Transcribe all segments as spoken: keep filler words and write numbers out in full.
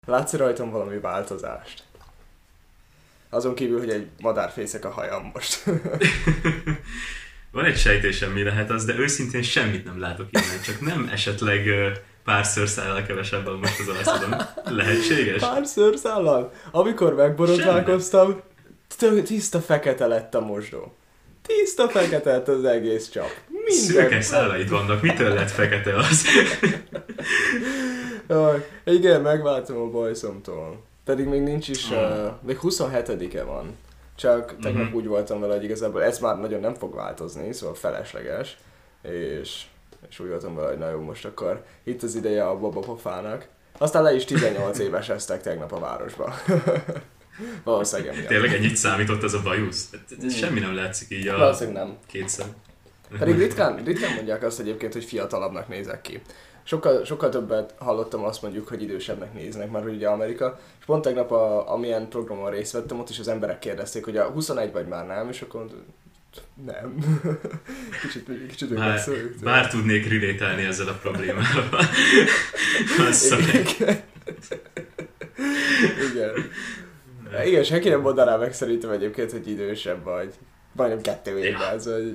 Látsz rajtam valami változást? Azon kívül, hogy egy madárfészek a hajam most. Van egy sejtésem, mi lehet az, de őszintén semmit nem látok innen, csak nem esetleg pár szőrszállal kevesebb van most az arcodon. Lehetséges? Pár szőrszállal? Amikor megborotválkoztam, tiszta fekete lett a mosdó. Tiszta fekete lett az egész csap. Minden... Szőke szállaid vannak, mitől lett fekete az? Jaj, igen, megváltam a bajszomtól. Pedig még nincs is, mm. uh, még huszonhetedike van. Csak tegnap mm-hmm. úgy voltam vele, hogy igazából ez már nagyon nem fog változni, szóval felesleges. És, és úgy voltam vele, hogy na jó, most akkor itt az ideje a babapofának. Aztán le is tizennyolc éves eztek tegnap a városba. Valószínűleg emiatt. Tényleg ennyit számított ez a bajusz? Semmi nem látszik így a Valószínűleg nem. kétszer. Pedig ritkán, ritkán mondják azt egyébként, hogy fiatalabbnak nézek ki. Sokkal, sokkal többet hallottam azt mondjuk, hogy idősebbnek néznek, már ugye Amerika. És pont tegnap, a, amilyen programon részt vettem, ott is az emberek kérdezték, hogy a huszonegy vagy már nem, és akkor nem. Kicsit, kicsit bár, bár tudnék relételni ezzel a problémával. Igen. Igen. Igen, senki nem mondaná rá meg szerintem egyébként, hogy idősebb vagy. Majdnem kettő évvel, ez, hogy...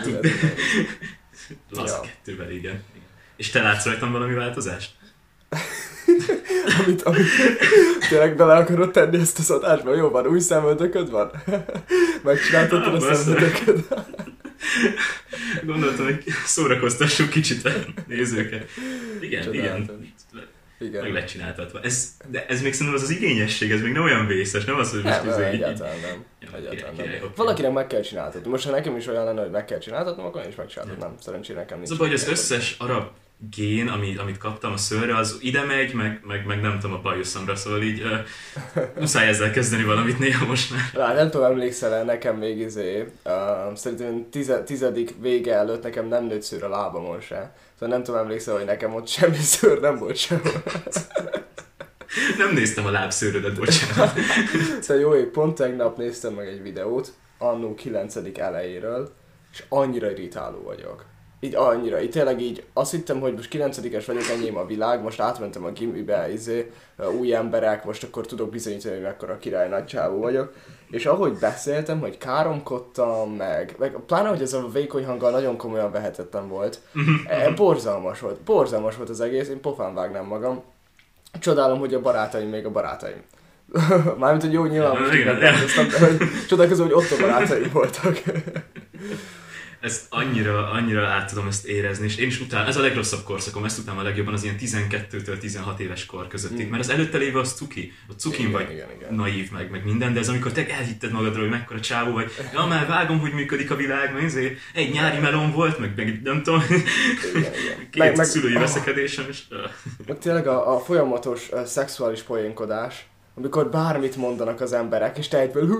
Laza ja. kettővel, igen. És te látsz rajtam valami változást? amit, amit tényleg bele akarod tenni ezt az adásba? Jó van, új szemöldököd van? Megcsináltad ah, a szemöldököd? Gondoltam, hogy szórakoztassuk kicsit a nézőket. Igen, Csodálatos. igen. Igen. Meg lecsináltatva. Ez, de ez még szerintem az az igényesség, ez még nem olyan vészes, nem az, hogy most nem, nem, egyáltalán nem. Ja, egyáltalán nem. Okay. Valakinek meg kell csináltatni. Most ha nekem is olyan lenne, hogy meg kell csináltatnom, akkor én is megcsináltatnám. Szerencsére nekem nincs. Az a baj, hogy az összes arab gén, amit, amit kaptam a szőrre, az ide megy, meg, meg, meg nem tudom a bajuszomra, szóval így uh, muszáj ezzel kezdeni valamit néha most már. Rá, nem tudom, emlékszel el, nekem még izé, uh, szerintem tize, tizedik vége előtt nekem nem nőtt szőr a lábamon se. Szóval nem tudom, emlékszel, hogy nekem ott semmi szőr nem volt sehol. Nem néztem a lábszőrödet, bocsánat. Szóval jó, én pont tegnap néztem meg egy videót, annó kilencedik elejéről, és annyira irritáló vagyok. Így annyira, így tényleg így azt hittem, hogy most kilencedikes vagyok, enyém a világ, most átmentem a gimibe, izé, új emberek, most akkor tudok bizonyítani, hogy mekkora király nagy csávó vagyok. És ahogy beszéltem, hogy káromkodtam, meg, meg pláne, hogy ez a vékony hanggal nagyon komolyan vehetetlen volt, e, borzalmas volt, borzalmas volt az egész, én pofán vágnám magam. Csodálom, hogy a barátaim még a barátaim. Mármint, hogy jó, nyilván most igen, de hogy csodálkozom, hogy ott a barátaim voltak. Ezt annyira, annyira át tudom ezt érezni, és én is utána, ez a legrosszabb korszakom, ezt utána a legjobban az ilyen tizenkettőtől tizenhat éves kor közöttig, mm. mert az előtte lévő az cuki, a cukin igen, vagy igen, igen. naív meg, meg minden, de ez amikor te elhitted magadról, hogy mekkora csávó vagy, ja már vágom, hogy működik a világ, mert ezért egy nyári melon volt, meg, meg nem tudom, igen, igen. két meg, meg, szülői veszekedésem, és... Meg tényleg a, a folyamatos uh, szexuális poénkodás, amikor bármit mondanak az emberek, és te egyből...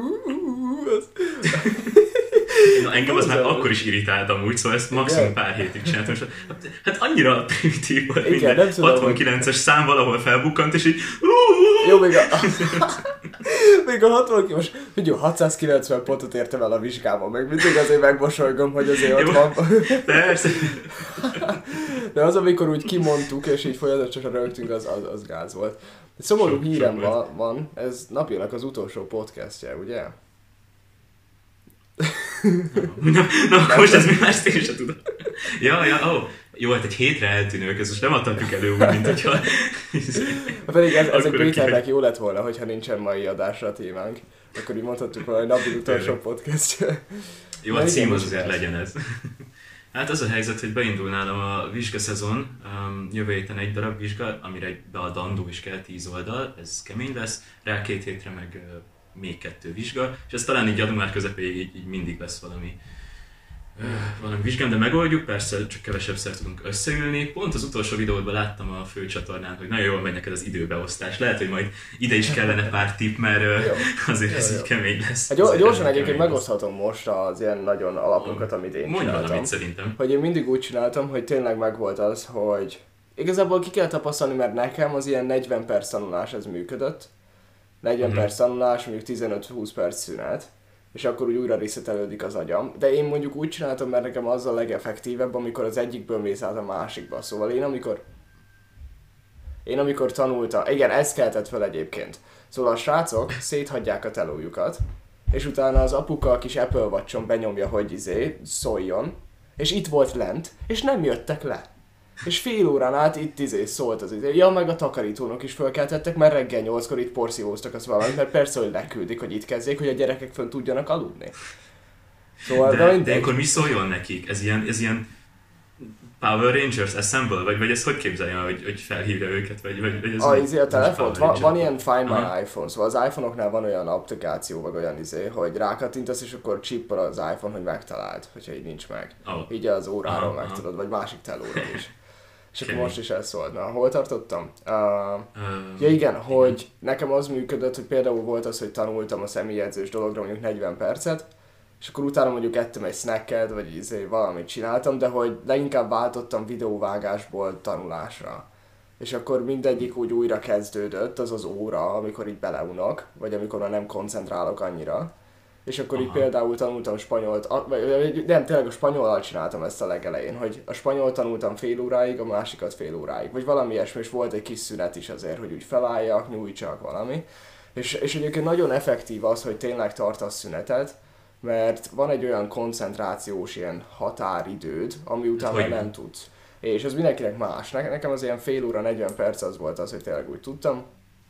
Na, engem az már akkor is irritált amúgy, szóval ezt maximum igen. pár hétig csináltam. Hát, hát annyira primitív volt igen, minden. hatvankilences hogy... szám valahol felbukkant, és így... Jó, még a... még a hatvankilences most ugye hatszázkilencven pontot értem el a vizsgában, meg mindig azért megmosolygom, hogy azért ott van. Persze. De az, amikor úgy kimondtuk, és így folyamatosan rögtünk, az, az, az gáz volt. Szomorú sok, hírem sok van, van, ez napjának az utolsó podcastje, ugye? Na, na akkor most ez mi más én sem tudom. Ja, ja, ó. Jó, hát egy hétre eltűnők, ezt most nem adhatjuk elő úgy, mint hogyha... Pedig ez, ezek Péternek jó lett volna, hogyha nincsen mai adásra a témánk. Akkor így mondhatjuk volna, hogy napi utolsó podcastje. Jó, a cím az azért legyen ez. Hát az a helyzet, hogy beindul nálam a vizsgaszezon, um, jövő héten egy darab vizsga, amire beadandó is kell tíz oldal, ez kemény lesz, rá két hétre meg uh, még kettő vizsga, és ez talán így január közepéig így, így mindig lesz valami, uh, valami vizsgám, de megoldjuk, persze csak kevesebbszer tudunk összeülni. Pont az utolsó videódban láttam a főcsatornán, hogy nagyon jól megy neked az időbeosztás. Lehet, hogy majd ide is kellene pár tipp, mert uh, azért jó, ez jó. így kemény lesz. Hát gyorsan, gyorsan egyébként megoszthatom most az ilyen nagyon alapokat, amit én Mondj csináltam. valamit szerintem. Hogy én mindig úgy csináltam, hogy tényleg megvolt az, hogy igazából ki kell tapasztalni, mert nekem az ilyen negyven perc tanulás ez működött. negyven mm-hmm. perc tanulás, mondjuk tizenöt-húsz perc szünet, és akkor úgy újra resetelődik az agyam. De én mondjuk úgy csináltam, mert nekem az a legeffektívebb, amikor az egyikből mész át a másikba. Szóval én amikor Én amikor tanultam, igen, ez keltett fel egyébként. Szóval a srácok széthagyják a telójukat, és utána az apuka a kis Apple Watch-on benyomja, hogy izé, szóljon, és itt volt lent, és nem jöttek le. És fél órán át itt izé szólt az izé. Ja, meg a takarítónak is fölkeltettek, mert reggel nyolckor itt porszívóztak az valamit, mert persze, hogy leküldik, hogy itt kezdjék, hogy a gyerekek fönn tudjanak aludni. Szóval, de, de, de akkor mi szóljon nekik? Ez ilyen, ez ilyen Power Rangers Assemble? Vagy, vagy ezt hogy képzeljen, hogy, hogy felhívja őket? Vagy, vagy, vagy ez a, izé a telefont, van, van ilyen Find My Aha. iPhone, szóval az iPhone-oknál van olyan applikáció, vagy olyan izé, hogy rákattintasz, és akkor csippol az iPhone, hogy megtaláld, hogyha így nincs meg. Oh. Így az óráról aha, megtudod, vagy másik telóról is. És akkor most is ez szólt. Na, hol tartottam? Uh, um, ja igen, hogy igen. Nekem az működött, hogy például volt az, hogy tanultam a személyedzős dologra mondjuk negyven percet, és akkor utána mondjuk ettem egy snacket, vagy izé valamit csináltam, de hogy leginkább váltottam videóvágásból tanulásra. És akkor mindegyik úgy újra kezdődött, az az óra, amikor így beleunok, vagy amikor már nem koncentrálok annyira. És akkor aha. Így például tanultam spanyolt, vagy nem, tényleg a spanyollal csináltam ezt a legelején, hogy a spanyol tanultam fél óráig, a másikat fél óráig, vagy valami ilyesmi, és volt egy kis szünet is azért, hogy úgy felálljak, nyújtsak valami. És, és egyébként nagyon effektív az, hogy tényleg tartasz szünetet, mert van egy olyan koncentrációs ilyen határidőd, ami után már nem tudsz. És ez mindenkinek más. Nekem az ilyen fél óra, negyven perc az volt az, hogy tényleg úgy tudtam.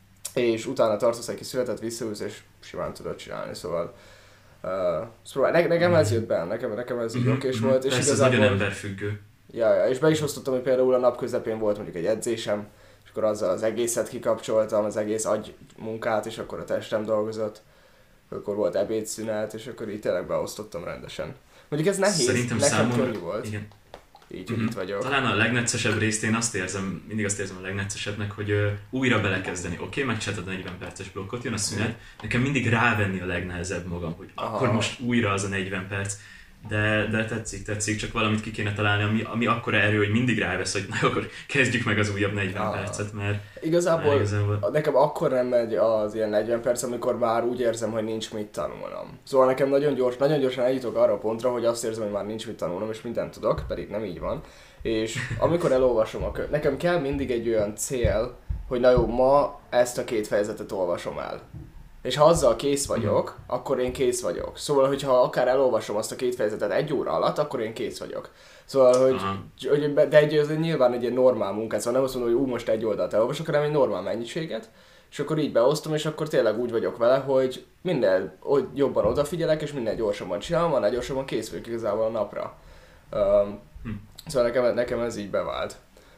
És utána tartasz egy kis szünetet, visszaülsz, és simán tudod csinálni, szóval... Uh, szóval ne, nekem ez jött be, nekem, nekem ez így okés mm-hmm. volt. És persze, ez nagyon emberfüggő. Ja, ja, és be is osztottam, hogy például a nap közepén volt mondjuk egy edzésem, és akkor azzal az egészet kikapcsoltam, az egész agy munkát, és akkor a testem dolgozott. Akkor volt ebédszünet, és akkor így tényleg beosztottam rendesen. Mondjuk ez nehéz, szerintem nekem számomra... könnyű volt. Igen. Így, hogy mm-hmm. itt vagyok. Talán a legneccesebb részt én azt érzem, mindig azt érzem a legneccesebbnek, hogy uh, újra belekezdeni. Oké, okay, megcsináltad a negyven perces blokkot, jön a szünet, nekem mindig rávenni a legnehezebb magam, hogy aha. Akkor most újra az a negyven perc. De, de tetszik, tetszik, csak valamit ki kéne találni, ami, ami akkora erő, hogy mindig rávesz, hogy na, akkor kezdjük meg az újabb negyven aha. percet, mert... Igazából, mert igazából nekem akkor nem megy az ilyen negyven perc, amikor már úgy érzem, hogy nincs mit tanulnom. Szóval nekem nagyon gyors, nagyon gyorsan eljutok arra a pontra, hogy azt érzem, hogy már nincs mit tanulnom, és mindent tudok, pedig nem így van. És amikor elolvasom a könyvet, nekem kell mindig egy olyan cél, hogy na jó, ma ezt a két fejezetet olvasom el. És ha azzal kész vagyok, mm. akkor én kész vagyok. Szóval, hogyha akár elolvasom azt a két fejezetet egy óra alatt, akkor én kész vagyok. Szóval, hogy, hogy de egy, ez nyilván egy ilyen normál munkát, szóval nem azt mondom, hogy ú, most egy oldalt elolvasok, hanem egy normál mennyiséget, és akkor így beosztom, és akkor tényleg úgy vagyok vele, hogy minél jobban odafigyelek, és minél gyorsabban csinálom, annál gyorsabban kész vagyok igazából a napra. Um, hm. Szóval nekem, nekem ez így bevált.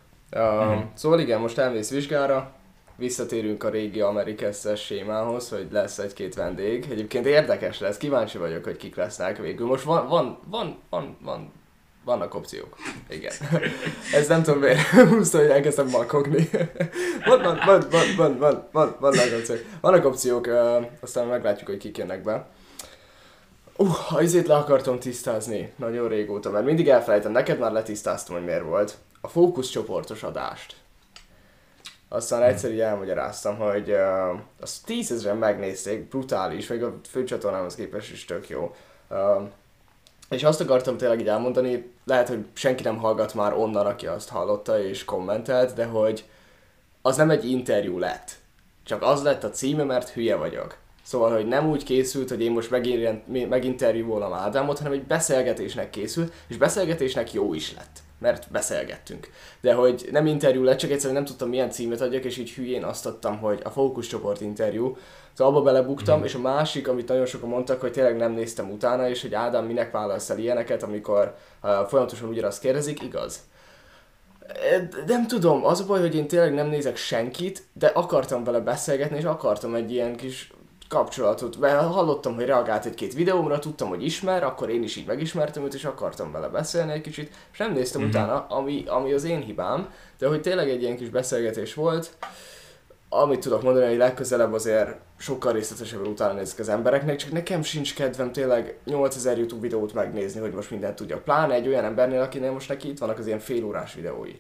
Um, mm. Szóval igen, most elmész vizsgára, visszatérünk a régi Amerikeszes sémához, hogy lesz egy-két vendég. Egyébként érdekes lesz, kíváncsi vagyok, hogy kik lesznek végül. Most van, van, van, van, van vannak opciók. Igen. Ez nem tudom miért húzta, hogy elkezdtem makogni. van, van, van, van, van, van, van, vannak opciók. Vannak opciók, uh, aztán meglátjuk, hogy kik jönnek be. Uh, azért le akartam tisztázni nagyon régóta, mert mindig elfelejtem, neked már letisztáztam, hogy miért volt. A fókuszcsoportos adást. Aztán egyszer így elmagyaráztam, hogy uh, azt tízezren megnézték, brutális, még a főcsatornámhoz képest is tök jó. Uh, és azt akartam tényleg így elmondani, lehet, hogy senki nem hallgat már onnan, aki azt hallotta és kommentelt, de hogy az nem egy interjú lett. Csak az lett a címe, mert hülye vagyok. Szóval, hogy nem úgy készült, hogy én most meginterjúolom Ádámot, hanem egy beszélgetésnek készült, és beszélgetésnek jó is lett, mert beszélgettünk. De hogy nem interjú lett, csak egyszerűen nem tudtam milyen címet adjak, és így hülyén azt adtam, hogy a fókuszcsoport interjú. Szóval abba belebuktam, mm. és a másik, amit nagyon sokan mondtak, hogy tényleg nem néztem utána, és hogy Ádám, minek válasz el ilyeneket, amikor uh, folyamatosan ugyanazt kérdezik, igaz? Nem tudom, az a baj, hogy én tényleg nem nézek senkit, de akartam vele beszélgetni, és akartam egy ilyen kis kapcsolatot. Hallottam, hogy reagált egy-két videómra, tudtam, hogy ismer, akkor én is így megismertem őt, és akartam vele beszélni egy kicsit, és nem néztem mm-hmm. utána, ami, ami az én hibám, de hogy tényleg egy ilyen kis beszélgetés volt, amit tudok mondani, hogy legközelebb azért sokkal részletesebben utána nézik az embereknek, csak nekem sincs kedvem tényleg nyolcezer YouTube videót megnézni, hogy most mindent tudjak. Pláne egy olyan embernél, akinél most neki itt vannak az ilyen félórás videói.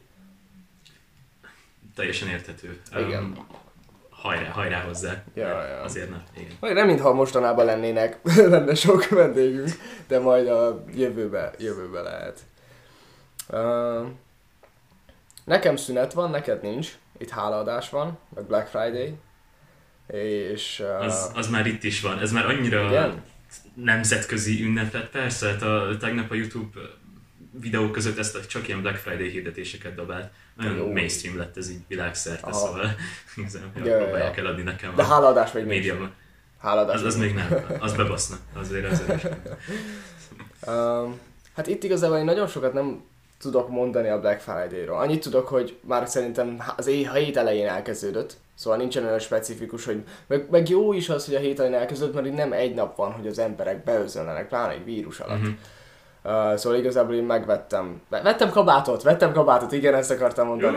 Teljesen érthető. Igen. Um, hajrá, hajrá hozzá. Ja, ja. Azért nem. Igen. Majd nem mintha mostanában lennének, lenne sok vendégünk, de majd a jövőbe, jövőbe lehet. Uh, nekem szünet van, neked nincs. itt hálaadás van, meg Black Friday, és... Uh... Az, az már itt is van, ez már annyira igen? nemzetközi ünnep lett, persze, hát a, tegnap a YouTube videók között ezt csak ilyen Black Friday hirdetéseket dobált. Nagyon jó. Mainstream lett ez így világszerte, aha. Szóval igazán ja, próbálják ja. eladni nekem. De hálaadás még médiában. Hálaadás az, az még nem, az bebaszna, azért azért is. um, hát itt igazából én nagyon sokat nem tudok mondani a Black Friday-ról. Annyit tudok, hogy már szerintem az éj, a hét elején elkezdődött, szóval nincsen olyan specifikus, hogy meg, meg jó is az, hogy a hét elején elkezdődött, mert így nem egy nap van, hogy az emberek beözönlenek, pláne egy vírus alatt. Uh-huh. Uh, szóval igazából én megvettem, vettem kabátot, vettem kabátot, igen, ezt akartam mondani.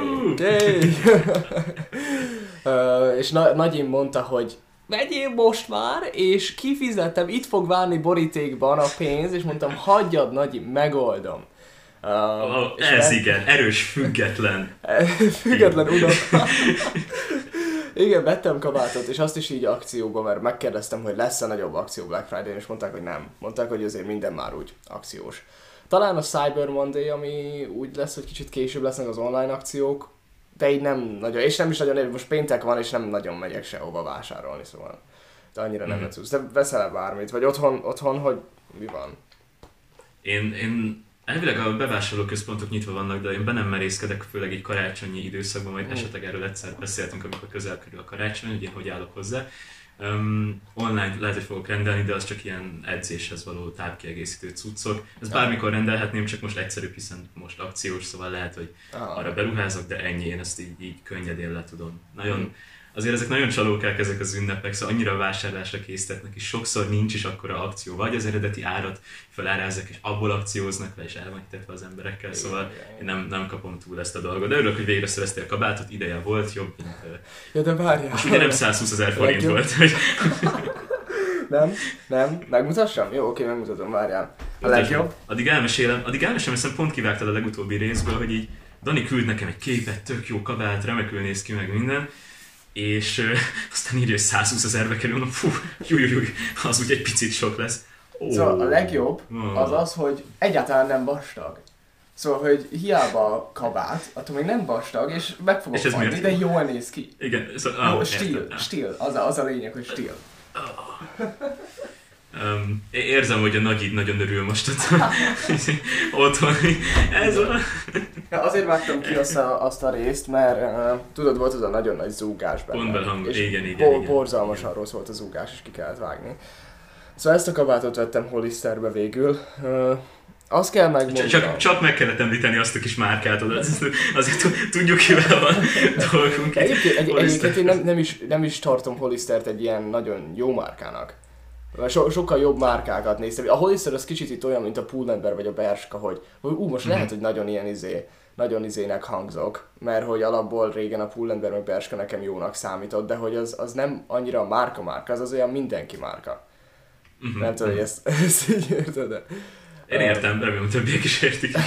uh, és na- Nagyim mondta, hogy vegyél most már, és kifizettem, itt fog várni borítékban a pénz, és mondtam, hagyjad Nagyim, megoldom. Uh, oh, ez vett... igen, erős, független. független unoka. Igen, vettem kabátot, és azt is így akcióban, mert megkérdeztem, hogy lesz-e nagyobb akció Black Friday-n, és mondták, hogy nem. Mondták, hogy azért minden már úgy akciós. Talán a Cyber Monday, ami úgy lesz, hogy kicsit később lesznek az online akciók, de így nem nagyon, és nem is nagyon, most péntek van, és nem nagyon megyek sehova vásárolni, szóval de annyira mm. nem letszúsz. De veszel-e bármit? Vagy otthon, otthon, hogy mi van? Én, én elvileg a bevásárlóközpontok nyitva vannak, de én be nem merészkedek, főleg egy karácsonyi időszakban, majd mm. esetleg erről egyszer beszéltünk, amikor közel kerül a karácsony, hogy én hogy állok hozzá. Um, online lehet, hogy fogok rendelni, de az csak ilyen edzéshez való tápkiegészítő cuccok. Ez bármikor rendelhetném, csak most egyszerűbb, hiszen most akciós, szóval lehet, hogy ah. arra beruházok, de ennyi, én ezt így, így könnyedén le tudom. Nagyon, mm. Azért ezek nagyon csalókák ezek az ünnepek, szóval annyira a vásárlásra késztetnek, és sokszor nincs is akkora akció, vagy az eredeti árat felárázzák, és abból akcióznak le, és el van hitetve az emberekkel, szóval én nem, nem kapom túl ezt a dolgot. De örülök, hogy végre szereztél a kabátot, ideje volt, jobb, mint... Ja, de várjál! Most ugye nem százhúszezer forint volt, hogy... Nem, nem, megmutassam? Jó, oké, megmutatom, várjál. A legjobb? Addig elmesélem, addig elmesélem, hiszen pont kivágtad a legutóbbi részből, hogy így Dani küld nekem egy képet, tök jó kabát, remekül néz ki meg minden, és uh, aztán írja, hogy százhúszezerbe kerül, mondom, fú, júj, júj, az úgy egy picit sok lesz. Oh. Szóval a legjobb az az, hogy egyáltalán nem vastag. Szóval, hogy hiába kabát, attól még nem vastag, és meg fogok fagyni, de jól néz ki. Igen, szóval, ah, stíl, stíl, az a, az a lényeg, hogy stíl. Um, érzem, hogy a Nagyid nagyon örül most ott, otthon. Ez a... Ja, azért vágtam ki azt a, azt a részt, mert uh, tudod, volt az a nagyon nagy zúgás benne. Pont belhangos, igen, igen, bo- igen. Borzalmasan rossz volt a zúgás, és ki kellett vágni. Szóval ezt a kabátot vettem Hollisterbe végül. Uh, azt kell megmondani. Csak, csak meg kellett említeni azt a kis márkát, azért, azért tudjuk, kivel van dolgunk. Egyébként, egy, egyébként én nem, nem, is, nem is tartom Hollistert egy ilyen nagyon jó márkának. So, sokkal jobb márkákat néztem. A Hollister az kicsit itt olyan, mint a Pull&Bear vagy a Bershka, hogy, hogy ú, most mm-hmm. lehet, hogy nagyon ilyen izé, nagyon izének hangzok, mert hogy alapból régen a Pull&Bear meg Bershka nekem jónak számított, de hogy az, az nem annyira a márka márka, az az olyan mindenki márka. Mm-hmm. Nem tudom, hogy ezt, ezt így érted, de... Én értem, remélem, többiek is értik.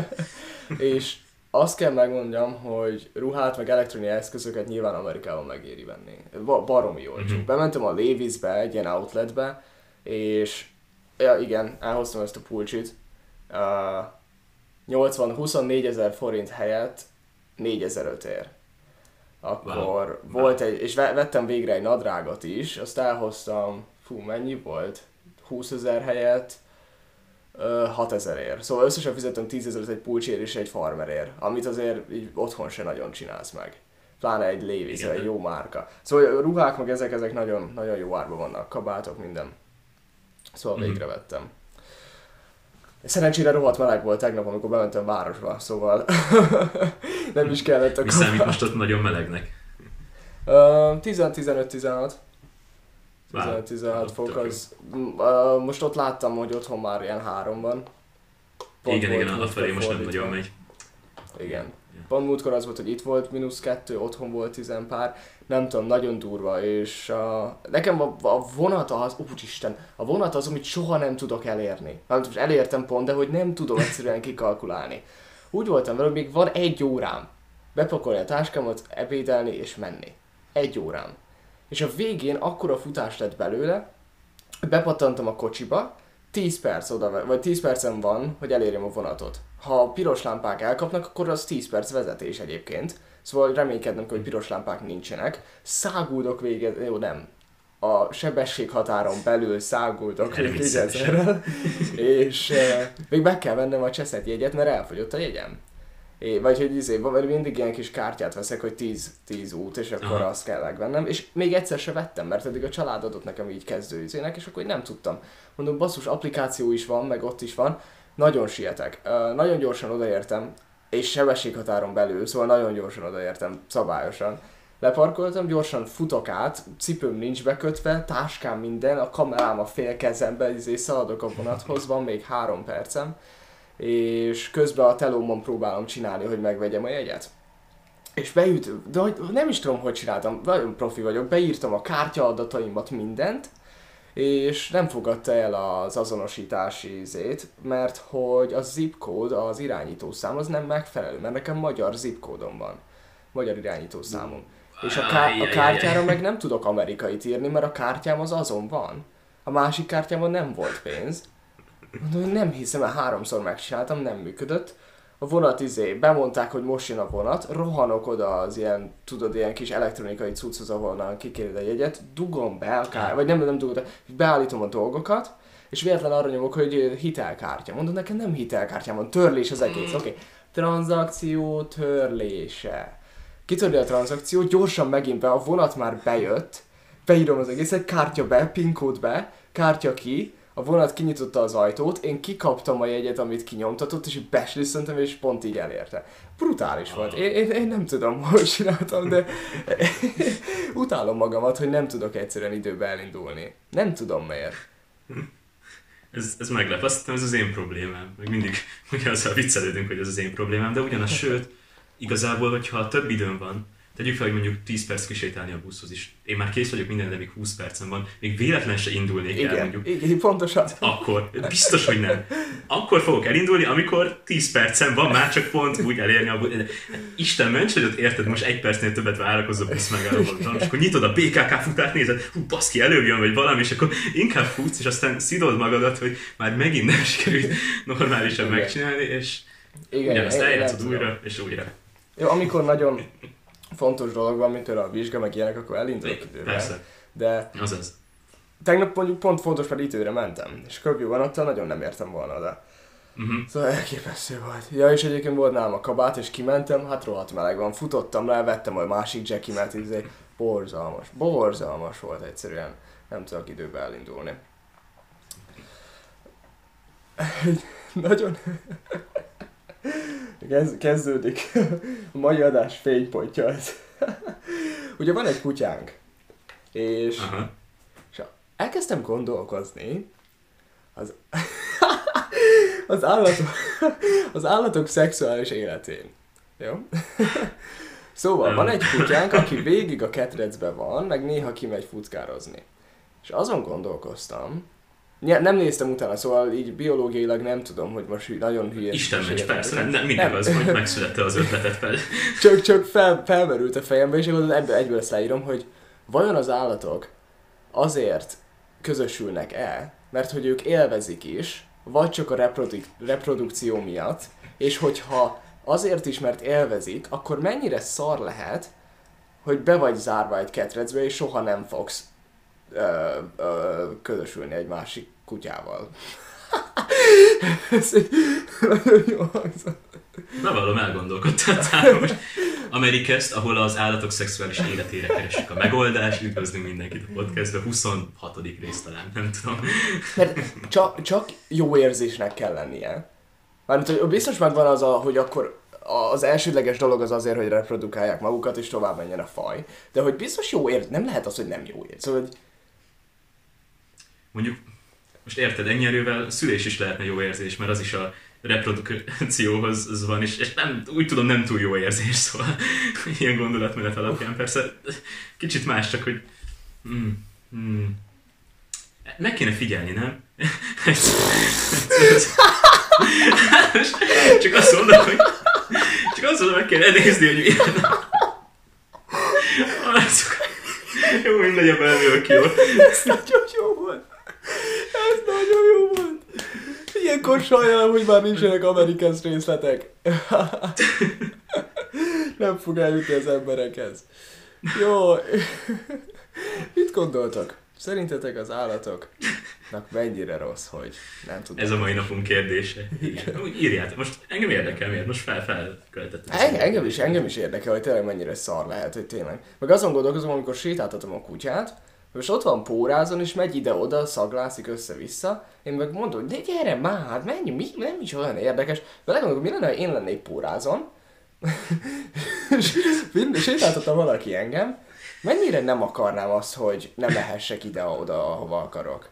És azt kell megmondjam, hogy ruhát meg elektronikai eszközöket nyilván Amerikában megéri venni. Baromi olcsó. Mm-hmm. Bementem a Levi'sbe, egy ilyen outletbe, és ja, igen, elhoztam ezt a pulcsit. Uh, nyolcvan huszonnégyezer forint helyett négyezer-öt ér. Akkor wow. volt egy, és vettem végre egy nadrágot is, azt elhoztam, fú, mennyi volt? húszezer helyett hatezer ér. Szóval összesen fizettem tízezer egy pulcsér és egy farmerér, amit azért így otthon se nagyon csinálsz meg. Pláne egy Levi's, egy jó márka. Szóval a ruhák meg ezek, ezek nagyon, nagyon jó árban vannak, kabátok, minden. Szóval mm. végre vettem. Szerencsére rohadt meleg volt tegnap, amikor bementem városba, szóval nem is kellett a kabát. Mi számít most ott nagyon melegnek? Uh, tíz-tizenöt-tizenhat. tizenöt-tizenhat fok, az, uh, most ott láttam, hogy otthon már ilyen három van. Pont igen, igen, a felé most nem nagyon megy. Igen. Pont múltkor az volt, hogy itt volt mínusz kettő, otthon volt tizen pár, nem tudom, nagyon durva, és uh, nekem a, a vonat az, úristen, a vonat az, amit soha nem tudok elérni. Nem most elértem pont, de hogy nem tudom egyszerűen kikalkulálni. Úgy voltam vele, hogy még van egy órám bepakolni a táskámat, ebédelni és menni. Egy órám. És a végén akkora futás lett belőle, bepattantam a kocsiba, tíz perc oda, vagy tíz percen van, hogy elérjem a vonatot. Ha a piros lámpák elkapnak, akkor az tíz perc vezetés egyébként. Szóval reménykednem, hogy piros lámpák nincsenek. Száguldok végig, jó nem, a sebességhatáron belül száguldok végig ezerrel, és uh, még be kell vennem a cseszett jegyet, mert elfogyott a jegyem. É, vagy hogy izé, mert mindig ilyen kis kártyát veszek, hogy tíz út, és akkor aha, azt kell megvennem. És még egyszer se vettem, mert eddig a család adott nekem így kezdő izének, és akkor nem tudtam. Mondom, basszus, applikáció is van, meg ott is van. Nagyon sietek. Uh, nagyon gyorsan odaértem, és sebességhatáron belül, szóval nagyon gyorsan odaértem, szabályosan. Leparkoltam, gyorsan futok át, cipőm nincs bekötve, táskám minden, a kamerám a fél kezembe, izé szaladok a vonathoz, van még három percem. És közben a telómon próbálom csinálni, hogy megvegyem a jegyet. És beüt, de nem is tudom, hogy csináltam, nagyon profi vagyok, beírtam a kártyaadataimat, mindent, és nem fogadta el az azonosítási izét, mert hogy a zipkód, az irányítószám az nem megfelelő, mert nekem magyar zipkódom van, magyar irányítószámom. És a, ká- a kártyára meg nem tudok amerikait írni, mert a kártyám az azon van. A másik kártyámon nem volt pénz. Mondom, nem hiszem, mert háromszor megcsináltam, nem működött. A vonat izé, bemondták, hogy most jön a vonat, rohanok oda az ilyen, tudod, ilyen kis elektronikai cucchoz, ahol kikéred a jegyet, dugom be a kár... vagy nem, nem dugom, beállítom a dolgokat, és véletlen arra nyomok, hogy hitelkártya. Mondom, nekem nem hitelkártyám van, törlés az egész, oké. Okay. Tranzakció törlése. Kitörli a tranzakció, gyorsan megint be, a vonat már bejött, beírom az egészet, kártya be, PIN kód be, kártya ki, a vonat kinyitotta az ajtót, én kikaptam a jegyet, amit kinyomtatott, és beslisszentem, és pont így elérte. Brutális volt. Én, én, én nem tudom, hogy csináltam, de utálom magamat, hogy nem tudok egyszerűen időbe elindulni. Nem tudom miért. Ez, ez meglep. Azt hiszem, ez az én problémám. Meg mindig azzal viccelődünk, hogy ez az én problémám, de ugyanaz, sőt, igazából, hogyha több időm van, tegyük fel, hogy mondjuk tíz perc kisétálni a buszhoz is. Én már kész vagyok minden, de még húsz percem van. Még véletlen se indulnék igen, el mondjuk. Igen, pontosan. Akkor, biztos, hogy nem. Akkor fogok elindulni, amikor tíz percem van, már csak pont úgy elérni a busz. Isten ments, hogy ott érted, most egy percnél többet várakozó busz megállóban. És akkor nyitod a bé ká ká futárt, nézed, hú, baszki, előjön, vagy valami, és akkor inkább futsz, és aztán szidod magadat, hogy már megint nem sikerült normálisan igen, megcsinálni, és igen, ugyanazt eljátszod újra, és újra. Jó, amikor nagyon fontos dolog van, mint a vizsga, meg ilyenek, akkor elindulok időre. Persze. De azaz. Tegnap mondjuk pont fontos, mert időre mentem, és köbjű van ott, nagyon nem értem volna oda. Uh-huh. Szóval elképesztő volt. Ja, és egyébként volt nálam a kabát, és kimentem, hát rohadt meleg van. Futottam rá, vettem a másik jackimet, így borzalmas. Borzalmas volt egyszerűen. Nem tudok időbe elindulni. Nagyon... Kezdődik a mai adás fénypontja ez. Ugye van egy kutyánk, és, uh-huh. és elkezdtem gondolkozni az, az, állatok, az állatok szexuális életén. Jó? Szóval van egy kutyánk, aki végig a ketrecben van, meg néha kimegy futkározni. És azon gondolkoztam, nem néztem utána, szóval így biológiailag nem tudom, hogy most nagyon hülyes. Isten ments, persze, nem, nem mindig nem. Az, hogy megszülette az ötletet fel. Csak, csak fel, felmerült a fejembe, és akkor ebből egyből ezt leírom, hogy vajon az állatok azért közösülnek-e, mert hogy ők élvezik is, vagy csak a reprodu- reprodukció miatt, és hogyha azért is, mert élvezik, akkor mennyire szar lehet, hogy be vagy zárva egy ketrecbe, és soha nem fogsz Ö, ö, közösülni egy másik kutyával. Ez egy nagyon jó hangzott. Bevallom, elgondolkodtál most. Amerikest, ahol az állatok szexuális életére keresik a megoldást, üdvözlünk mindenkit a podcastbe, huszonhatodik rész talán, nem tudom. Mert csak, csak jó érzésnek kell lennie. Mármint, hogy biztos megvan az, a, hogy akkor az elsődleges dolog az azért, hogy reprodukálják magukat, és tovább menjen a faj. De hogy biztos jó érzés, nem lehet az, hogy nem jó érzés. Szóval, hogy mondjuk, most érted, ennyi erővel szülés is lehetne jó érzés, mert az is a reprodukcióhoz az van, és, és nem, úgy tudom, nem túl jó érzés, szóval ilyen gondolatmenet alapján persze kicsit más, csak hogy mm, mm, meg kéne figyelni, nem? Csak azt mondom, hogy csak azt mondom, meg kéne nézni, hogy milyen jó, mindegy, a belőlük jó. Ez nagyon jó volt. Ez nagyon jó volt. Ilyenkor sajnálom, hogy már nincsenek Americans részletek. Nem fog eljutni az emberekhez. Jó. Mit gondoltok? Szerintetek az állatoknak mennyire rossz, hogy nem tudnak? Ez a mai napunk kérdése. Igen. Úgy írjátok. Most engem érdekel, miért? Most fel, felköltettem. En, engem, is, engem is érdekel, hogy tényleg mennyire szar lehet, hogy tényleg. Meg azon gondolkozom, amikor sétáltatom a kutyát, most ott van pórázon, és megy ide-oda, szaglászik össze-vissza. Én meg mondom, hogy de gyere már, hát menj, mi, nem is olyan érdekes. De legondolom, mi lenne, ha én lennék pórázon, és sétáltatta valaki engem, mennyire nem akarnám azt, hogy ne mehessek ide-oda, ahova akarok.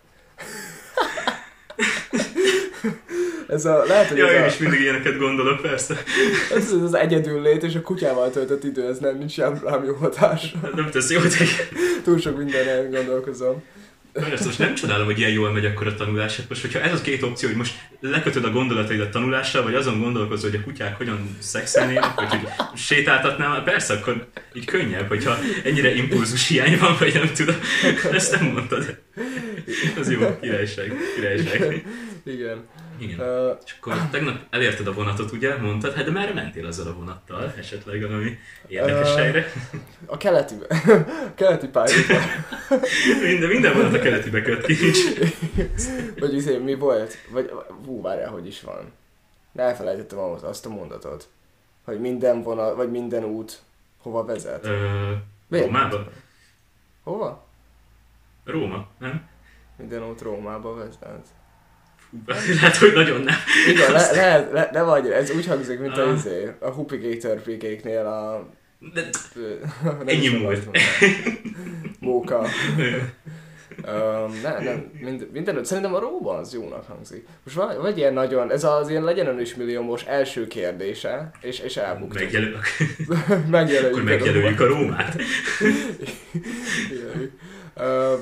Ez a, lehet, hogy ja, ez én a... is mindig ilyeneket gondolok, persze. Ez az egyedül lét, és a kutyával töltött idő, ez nem, nincs sem rám jó hatás. Nem tesz jót, hogy... Túl sok mindenre gondolkozom. Persze, most nem csodálom, hogy ilyen jól megy akkor a tanulás. Most, hogyha ez az két opció, hogy most lekötöd a gondolataid a tanulással, vagy azon gondolkozol, hogy a kutyák hogyan szexelnének, vagy hogy sétáltatnál, persze, akkor így könnyebb, hogyha ennyire impulzus hiány van, vagy nem tudom. Ezt nem mondtad. Az jó, királyság, királyság. Igen. Igen. Uh, és akkor tegnap elérted a vonatot, ugye? Mondtad, hát de merre mentél azzal a vonattal? Esetleg valami érdekes uh, helyre? A keleti, a keleti pályára. minden, minden vonat a keletibe köt ki. Vagy izé, mi volt? Vagy, hú, várjál, hogy is van. Elfelejtettem azt a mondatot. Hogy minden vonat, vagy minden út hova vezet. Uh, Rómába? Hova? Róma, nem? Minden út Rómába vezet. Lehet, hogy nagyon nem. Igen, le, le, le, nem annyira, ez úgy hangzik, mint a, izé, a hupikék-törpikéknél a... De... Ennyi múlt. Móka. um, nem, nem, mind, mindenütt. Szerintem a Róma az jónak hangzik. Most vagy, vagy ilyen nagyon, ez az ilyen legyen ön is milliómos első kérdése, és, és elbuktuk. Megjelöljük. Megjelöljük. Akkor megjelöljük a Rómát. uh,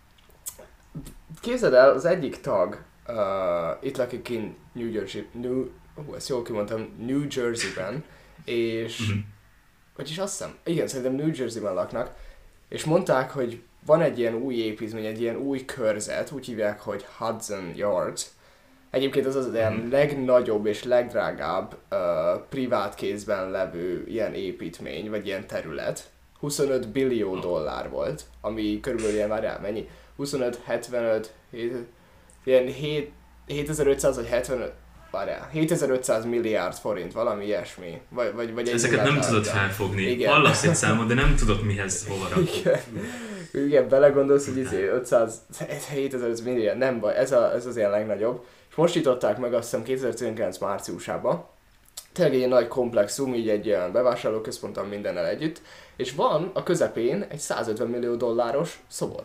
képzeld el, az egyik tag, Uh, itt lakik in New Jersey, New, uh, ezt jól kimondtam, New Jersey-ben, és, mm-hmm. vagyis azt hiszem, igen, szerintem New Jersey-ben laknak, és mondták, hogy van egy ilyen új építmény, egy ilyen új körzet, úgy hívják, hogy Hudson Yards. Egyébként az az mm-hmm. legnagyobb és legdrágább uh, privát kézben levő ilyen építmény, vagy ilyen terület. huszonöt billió dollár volt, ami körülbelül ilyen, várjál, mennyi? huszonöt, hetvenöt, ilyen hétezer-ötszáz vagy hetvenöt, várjál, hétezer-ötszáz milliárd forint, valami ilyesmi. Vagy, vagy, vagy ezeket nem tudod felfogni. Igen. Hallasz egy számot, de nem tudod mihez hova rakni. Igen. Igen, belegondolsz, hogy izé ötszáz, hétezer-ötszáz milliárd, nem baj, ez, a, ez az ilyen legnagyobb. És most nyitották meg azt hiszem kétezer-tizenkilenc márciusában. Tényleg egy nagy komplexum, így egy ilyen bevásárlóközponton mindennel együtt. És van a közepén egy százötven millió dolláros szobor.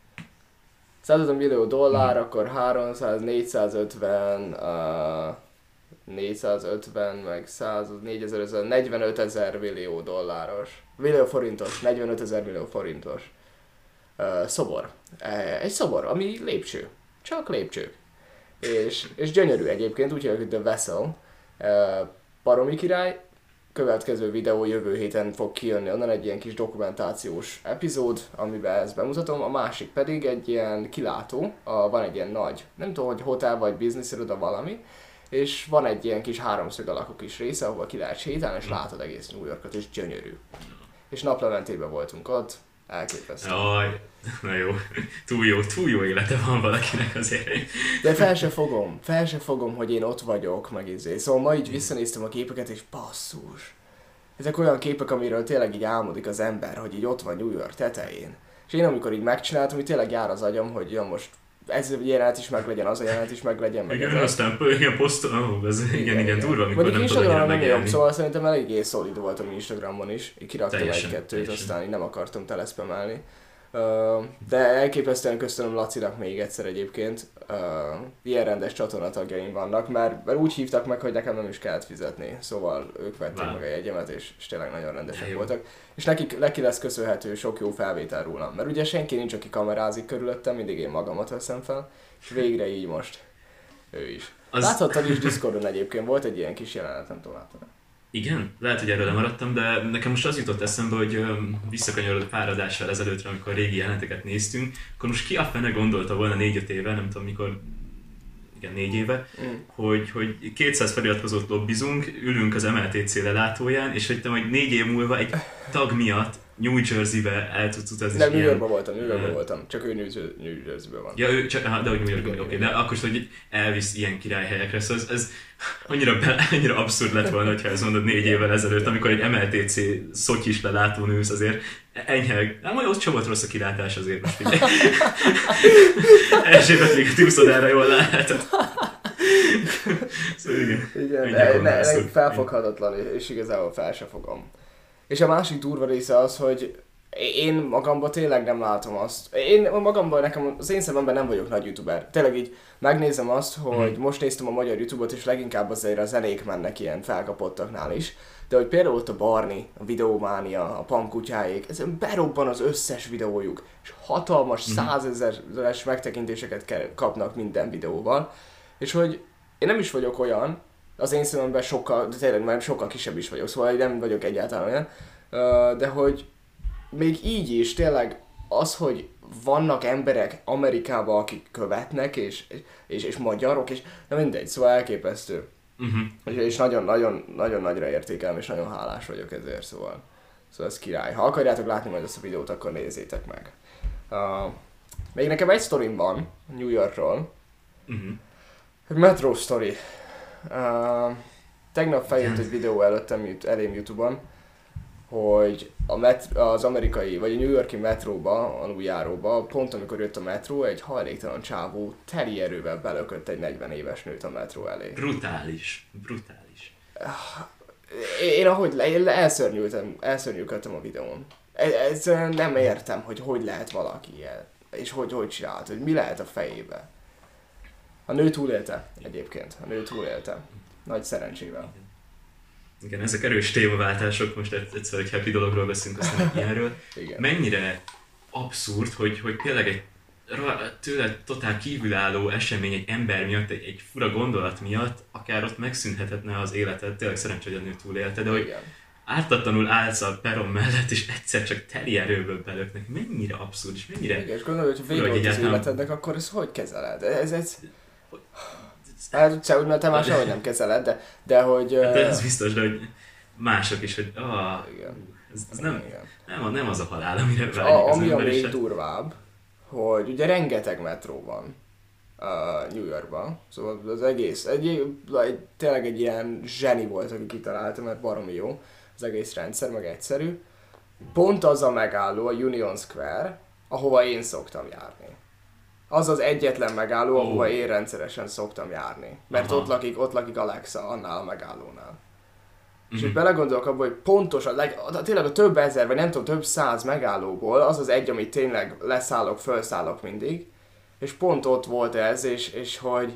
százötven millió dollár, mm. akkor háromszáz, négyszázötven, uh, négyszázötven, meg száz, négyezer, negyvenöt ezer millió dolláros, millió forintos, negyvenöt ezer millió forintos uh, szobor. Uh, egy szobor, ami lépcső, csak lépcső. És, és gyönyörű egyébként, úgy hívják, hogy The Vessel, uh, baromi király. Következő videó jövő héten fog kijönni onnan egy ilyen kis dokumentációs epizód, amiben ezt bemutatom, a másik pedig egy ilyen kilátó, a, van egy ilyen nagy, nem tudom, hogy hotel vagy business iroda valami, és van egy ilyen kis háromszög alakú kis része, ahol ki lehet sétálni, és látod egész New Yorkot, és gyönyörű. És naplementében voltunk ott, elképesztő. Jaj, na jó, túl jó, túl jó élete van valakinek azért. De fel se fogom, fel se fogom, hogy én ott vagyok, meg izé. Szóval ma így visszanéztem a képeket, és basszus. Ezek olyan képek, amiről tényleg így álmodik az ember, hogy így ott van New York tetején. És én amikor így megcsináltam, hogy tényleg jár az agyam, hogy ja, most ez a jelenet is meglegyen, az a jelenet is meglegyen. Meg igen, aztán ilyen posztol, oh, ez igen, igen, igen, durva, amikor nem tudod ennyire megjelenni. Szóval szerintem eléggé szolid voltam Instagramon is, kiraktam egy-kettőt, aztán így nem akartam teleszpemelni. Uh, de elképesztően köszönöm Lacinak még egyszer egyébként, uh, ilyen rendes csatornatagjaim vannak, mert, mert úgy hívtak meg, hogy nekem nem is kellett fizetni, szóval ők vették wow. meg a jegyemet, és, és tényleg nagyon rendesek voltak. És nekik, neki lesz köszönhető sok jó felvétel rólam, mert ugye senki nincs, aki kamerázik körülöttem, mindig én magamat veszem fel, és végre így most ő is. Az... Láthattad is Discordon egyébként, volt egy ilyen kis jelenet, nem tudom, láttad. Igen, lehet, hogy erről lemaradtam, de nekem most az jutott eszembe, hogy visszakanyarodott pár adással ezelőttre, amikor régi jeleneteket néztünk, akkor most ki a fene gondolta volna négy-öt éve, nem tudom mikor igen, négy éve, mm. hogy, hogy kétszáz feliratkozót lobbizunk, ülünk az em el té cé lelátóján, és hogy te majd négy év múlva egy tag miatt New Jersey-be el tudsz utazni. Nem, New Yorkban voltam, New Yorkban voltam, csak ő New Jersey-ben van. Ja, ő csak, aha, de hogy New Yorkban, oké, okay, de akkor is, hogy elvisz ilyen királyhelyekre, szóval ez, ez annyira, be, annyira abszurd lett volna, hogyha ezt mondod négy évvel ezelőtt, amikor egy em el té cé szotyis lelátón ülsz, azért enyhe, nem majd ott sem volt rossz a kilátás azért most figyelj. Erzsébet még a túlszodára jól látod. Szóval igen. Igen, ne, ne, felfoghatatlan, és igazából fel se fogom. És a másik durva része az, hogy én magamban tényleg nem látom azt. Én magamban, nekem az én szememben nem vagyok nagy youtuber. Tényleg így megnézem azt, hogy hmm. most néztem a magyar youtube-ot, és leginkább azért az zenék mennek ilyen felkapottaknál is. De hogy például ott a Barni, a Videománia, a Pamkutyáék, ez berobban az összes videójuk, és hatalmas hmm. százezeres megtekintéseket kapnak minden videóval. És hogy én nem is vagyok olyan, az én szememben sokkal, de tényleg már sokkal kisebb is vagyok, szóval nem vagyok egyáltalán olyan, de hogy még így is tényleg az, hogy vannak emberek Amerikában, akik követnek, és, és, és magyarok, és na mindegy, szóval elképesztő. Uh-huh. És nagyon-nagyon nagyra értékelem, és nagyon hálás vagyok ezért, szóval, szóval ez király. Ha akarjátok látni majd ezt a videót, akkor nézzétek meg. Uh, még nekem egy sztorim van New Yorkról. Uh-huh. Egy metro sztori. Uh, tegnap feljött egy videó előttem elém YouTube-on, hogy a met- az amerikai, vagy a New York-i metróba, aluljáróba, pont amikor jött a metró, egy hajléktalan csávó teli erővel belökött egy negyven éves nőt a metró elé. Brutális, brutális. Én ahogy le, én elszörnyültem, elszörnyűködtem a videón. Ez nem értem, hogy hogy lehet valaki ilyen, és hogy hogy csinált, hogy mi lehet a fejébe. A nő túlélte egyébként, a nő túlélte. Nagy szerencsével. Igen, ezek erős témaváltások, most egyszer egy happy dologról beszélünk, aztán ilyenről. Mennyire abszurd, hogy, hogy tényleg egy tőle totál kívülálló esemény egy ember miatt, egy, egy fura gondolat miatt, akár ott megszűnhetne az életed, tényleg szerencsé, hogy a nő túlélte, de hogy igen. Ártatlanul állsz a peron mellett, és egyszer csak teli erőből belöknek. Mennyire abszurd, és mennyire... Igen, és gondolod, hogy vége volt az életednek, akkor ezt hogy kezeled? Ez egy... Hát, se úgy, mert te már sehogy nem kezeled, de, de hogy... Hát de ez biztos, de hogy mások is, hogy ah, ez, ez nem, nem, nem az a halál, amire vágyik az Ami ember a is. még durvább, hogy ugye rengeteg metró van uh, New Yorkban, szóval az egész, egy, egy, tényleg egy ilyen zseni volt, aki kitalálta, mert baromi jó az egész rendszer, meg egyszerű. Pont az a megálló, a Union Square, ahova én szoktam járni. Az az egyetlen megálló, oh. ahova én rendszeresen szoktam járni. Mert ott lakik, ott lakik Alexa, annál a megállónál. Mm-hmm. És így belegondolok abba, hogy pontosan, leg, tényleg a több ezer, vagy nem tudom, több száz megállóból az az egy, amit tényleg leszállok, felszállok mindig. És pont ott volt ez, és, és hogy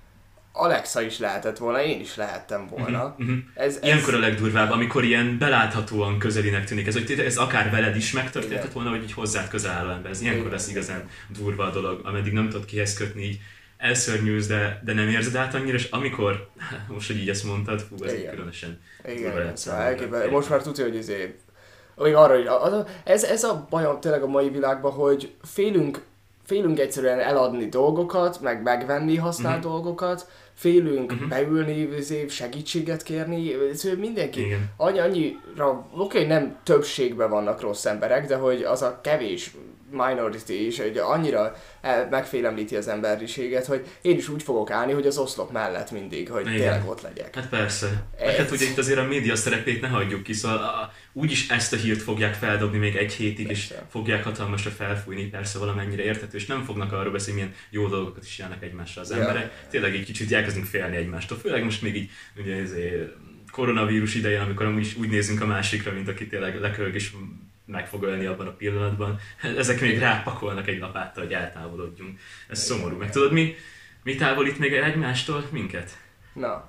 Alexa is lehetett volna, én is lehettem volna. Mm-hmm. Ez, ez... Ilyenkor a legdurvább, amikor ilyen beláthatóan közelinek tűnik. Ez, hogy ez akár veled is megtörténhetett volna, hogy így hozzád közel álló ember. Ez ilyenkor lesz igazán durva a dolog, ameddig nem tudod kihez kötni, így elszörnyűz, de, de nem érzed át annyira, és amikor, most, hogy így ezt mondtad, fú, ez különösen durva lehet számomra. Most már tudja, hogy ezért, még arra, hogy az, ez, ez a bajom tényleg a mai világban, hogy félünk, félünk egyszerűen eladni dolgokat, meg megvenni használt mm-hmm. dolgokat, félünk uh-huh. beülni, segítséget kérni, mindenki igen. annyi, annyira, oké, nem többségben vannak rossz emberek, de hogy az a kevés minority is, hogy annyira megfélemlíti az emberiséget, hogy én is úgy fogok állni, hogy az oszlop mellett mindig, hogy igen. tényleg ott legyek. Hát persze. Ez... Hát ugye itt azért a média szerepét ne hagyjuk ki, szóval a, úgyis ezt a hírt fogják feldobni még egy hétig, persze. és fogják hatalmasra felfújni, persze valamennyire érthető, és nem fognak arról beszélni, milyen jó dolgokat is csinálnak egymásra az emberek. Ja. Tényleg egy kicsit elkezdünk félni egymástól, főleg most még így ugye ez koronavírus idején, amikor amúgy úgy nézünk a másikra, mint aki tényleg lekölg és meg fog ölni abban a pillanatban. Ezek még rápakolnak egy lapáttal, hogy eltávolodjunk. Ez szomorú. Meg tudod, mi, mi távolít még egymástól minket? Na. A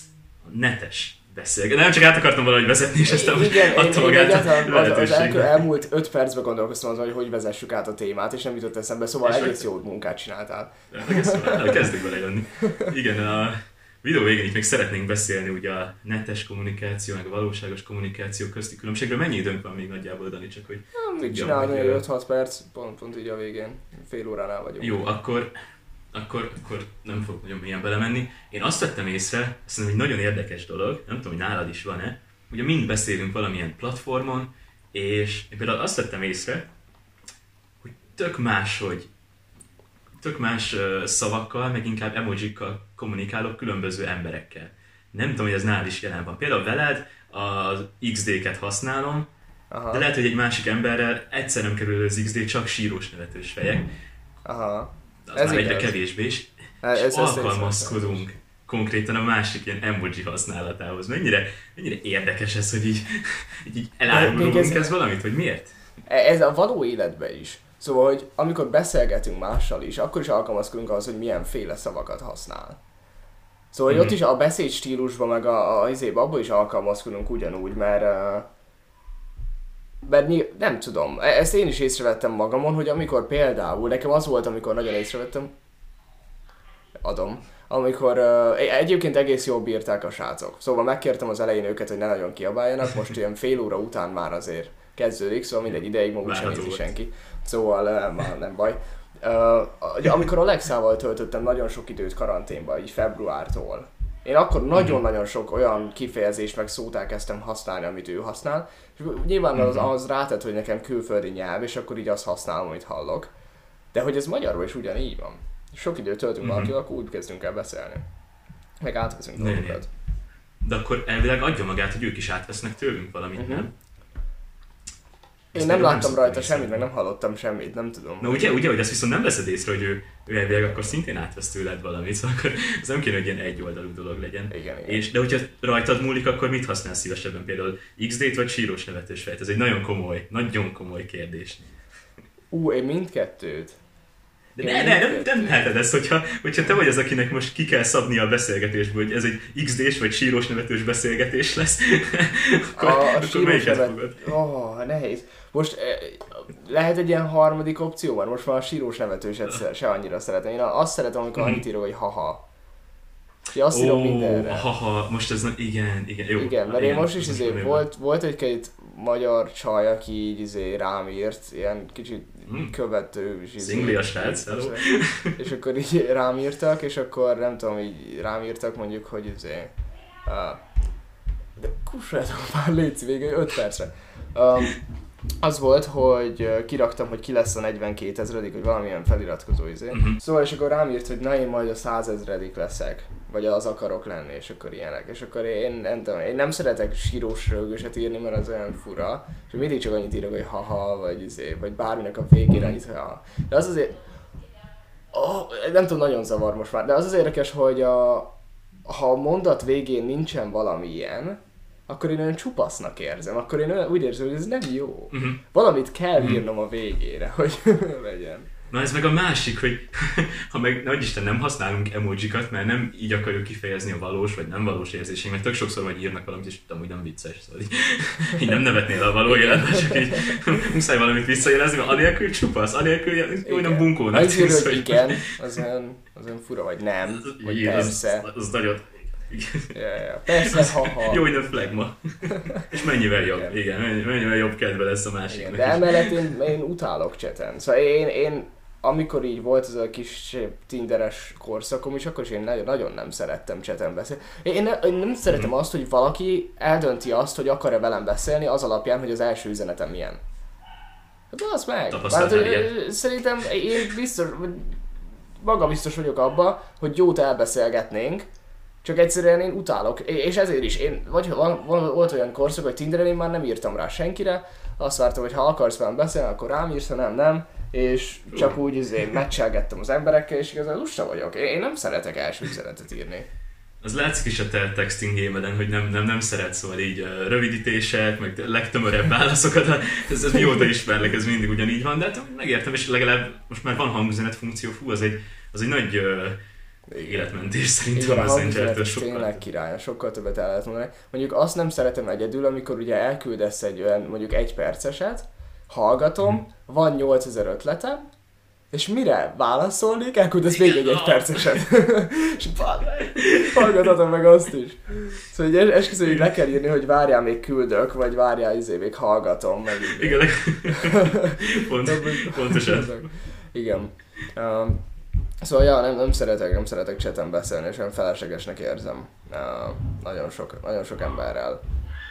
netes beszélgetés. Nem csak át akartam valahogy vezetni, és aztán adta magát a lehetőséget. Az elmúlt öt percben gondolkoztam azon, hogy hogy vezessük át a témát, és nem jutott eszembe, szóval és egész jó munkát csináltál. Kezdjük bele jönni. Igen, a videó végén itt még szeretnénk beszélni ugye a netes kommunikáció, meg a valóságos kommunikáció közti különbségről. Mennyi időnk van még nagyjából, Dani, csak hogy... Mit csinálni, öt-hat perc, pont, pont így a végén, fél óránál vagyunk. Jó, akkor akkor, akkor nem fogok nagyon mélyen belemenni. Én azt vettem észre, szerintem egy nagyon érdekes dolog, nem tudom, hogy nálad is van-e, ugye mind beszélünk valamilyen platformon, és én például azt vettem észre, hogy tök más, hogy tök más uh, szavakkal, meg inkább emojikkal kommunikálok különböző emberekkel. Nem tudom, hogy ez nálad is jelen van. Például veled az iksz dé-ket használom, aha. De lehet, hogy egy másik emberrel egyszer nem kerül az iksz dé, csak sírós nevetős fejek. Aha. Az ez már egyre kevésbé is. Ez, és ez alkalmazkodunk konkrétan a másik ilyen emoji használatához. Mennyire, mennyire érdekes ez, hogy így, így elárulunk ez, ez valamit, hogy miért? Ez a való életben is. Szóval, hogy amikor beszélgetünk mással is, akkor is alkalmazkodunk ahhoz, hogy milyen féle szavakat használ. Szóval, mm-hmm. hogy ott is a beszédstílusban, meg a, a izébe, abban is alkalmazkodunk ugyanúgy, mert... Uh, mert nem tudom, ezt én is észrevettem magamon, hogy amikor például, nekem az volt, amikor nagyon észrevettem, adom, amikor uh, egyébként egész jól bírták a srácok. Szóval megkértem az elején őket, hogy ne nagyon kiabáljanak, most ilyen fél óra után már azért kezdődik, szóval mindegy ideig maguk sem érzi senki. Szóval uh, már nem baj. Uh, amikor Alexával töltöttem nagyon sok időt karanténba, így februártól, én akkor nagyon-nagyon sok olyan kifejezést meg szót elkezdtem használni, amit ő használ, és nyilván az, az rátett, hogy nekem külföldi nyelv, és akkor így azt használom, amit hallok. De hogy ez magyarul is ugyanígy van. Sok időt töltünk uh-huh. valakivel, akkor úgy kezdünk el beszélni. Meg átveszünk dolgokat. De akkor elvileg adja magát, hogy ők is átvesznek tőlünk valamit, uh-huh. nem? Én nem láttam nem rajta semmit, meg nem hallottam semmit, nem tudom. Na ugye, ugye, hogy ezt viszont nem veszed észre, hogy ő, ő elvileg akkor szintén átvesz tőled valamit, szóval akkor ez nem kéne, hogy ilyen egyoldalú dolog legyen. Igen, igen. És, de hogyha rajtad múlik, akkor mit használsz szívesebben? Például iksz dé-t vagy sírós nevetős fejt? Ez egy nagyon komoly, nagyon komoly kérdés. Ú, én mindkettőt. De ne, ne, nem, nem leheted ezt, hogyha, hogyha te vagy az, akinek most ki kell szabni a beszélgetésből, hogy ez egy iksz dés vagy sírós nevetős beszélgetés lesz, akkor, a, a akkor melyiket nevet... fogod? Oh, nehéz. Most eh, lehet egy ilyen harmadik opció, mert most már a sírós nevetőset se annyira szeretem. Én azt szeretem, amikor annyit írok, hogy haha. Én azt írom mindenre. Haha, most ez, igen, igen, jó. Igen, mert én most is izé, volt, volt egy-két magyar csaj, aki így izé rám írt, ilyen kicsit hmm. követő is. Izé, Szingli a srác, hello. És akkor így rám írtak, és akkor nem tudom, így rám írtak mondjuk, hogy izé... Uh, de kussátok már, légy végül öt percre. Um, az volt, hogy kiraktam, hogy ki lesz a negyvenkétezredik, hogy valamilyen feliratkozó izé. Uh-huh. Szóval és akkor rám írt, hogy na én majd a százezredik leszek, vagy az akarok lenni, és akkor ilyenek. És akkor én nem tudom, én nem szeretek sírós rögőset írni, mert az olyan fura. És mindig csak annyit írok, hogy haha, vagy izé, vagy bárminek a végére annyit, hogy haha. De az azért... Oh, nem tudom, nagyon zavar most már, de az az érdekes, hogy a, ha a mondat végén nincsen valami ilyen, akkor én olyan csupasznak érzem, akkor én olyan, úgy érzem, hogy ez nem jó. Uh-huh. Valamit kell uh-huh. írnom a végére, hogy legyen. Na ez meg a másik, hogy ha meg, nagy Isten, nem használunk emojikat, mert nem így akarjuk kifejezni a valós vagy nem valós érzéseink, mert tök sokszor majd írnak valamit, és amúgy nem vicces, szóval így, így nem nevetnél a való életben, csak így muszáj valamit visszajelezni, mert anélkül csupasz, anélkül olyan bunkónak tűz, hogy... hogy igen, az olyan, az olyan fura, vagy nem, vagy igen, persze. Az, az nagyon... Yeah, yeah. Persze, ha-ha. Jó, hogy flagma. És mennyivel jobb, igen, igen mennyi, mennyivel jobb kedve lesz a másiknak. De emellett én, én utálok chaten. Szóval én, én, amikor így volt ez a kis tinderes korszakom is, akkor is én nagyon, nagyon nem szerettem chaten beszélni. Én, én, én nem szeretem azt, hogy valaki eldönti azt, hogy akar-e velem beszélni az alapján, hogy az első üzenetem milyen. De az meg. Hát, hogy, szerintem én biztos, maga biztos vagyok abba, hogy jót elbeszélgetnénk, csak egyszerűen én utálok, és ezért is, én, vagy van, van, volt olyan korszak, hogy Tinderen én már nem írtam rá senkire, azt vártam, hogy ha akarsz velem beszélni, akkor rám írsz, ha nem, nem, és csak úgy izé meccselgettem az emberekkel, és igazán lusta vagyok. Én, én nem szeretek első üzenetet írni. Az látszik is a te textingémeden, hogy nem, nem, nem szeretsz, szóval így uh, rövidítések, meg legtömörebb válaszokat, ez, ez mióta ismerlek, ez mindig ugyanígy van, de hát megértem, és legalább most már van hangüzenet funkció, fú, az egy, az egy nagy uh, életmentés szerintem a Messenger-től sokkal. Tényleg király, sokkal többet el lehet mondani. Mondjuk azt nem szeretem egyedül, amikor ugye elküldesz egy olyan mondjuk egy perceset, hallgatom, hmm. van nyolcezer ötletem, és mire válaszolnék, elküldesz még egy egy perceset. És hallgathatom meg azt is. Szóval egy esküszöm, hogy le kell írni, hogy várjál, még küldök, vagy várjál, izé, még hallgatom. Meg igen, Pont, pontosan. Igen. Um, Szóval ja, nem, nem szeretek, nem szeretek chaten beszélni, és olyan feleslegesnek érzem. Uh, nagyon sok, nagyon sok emberrel.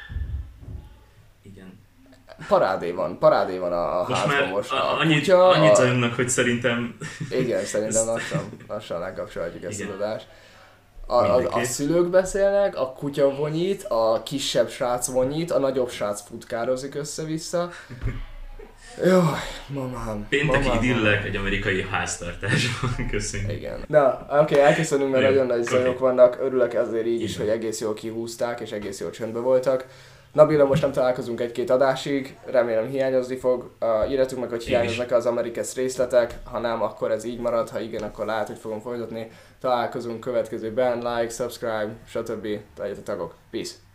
Igen. Parádé van, parádé van a, a most házban már most. A, a annyit, kutya, annyit a... zajongnak, hogy szerintem... Igen, szerintem lassan, lassan lekapcsolhatjuk ezt Igen. az adást. A, a, a szülők beszélnek, a kutya vonyít, a kisebb srác vonyít, a nagyobb srác futkározik össze-vissza. Jaj, mamám. Pénteki mamám, idillek egy amerikai háztartásban. Köszönjük. Igen. Na, oké, okay, elköszönünk, mert Jó, nagyon nagy okay. zajok vannak. Örülök ezért így is, Igen. hogy egész jól kihúzták, és egész jól csöndben voltak. Nabila, most nem találkozunk egy-két adásig, remélem hiányozni fog. Uh, írjátok meg, hogy hiányoznak az Amerikesz részletek, ha nem, akkor ez így marad, ha igen, akkor lehet, hogy fogom folytatni. Találkozunk következőben, like, subscribe, stb. Legyetek tagok. Peace!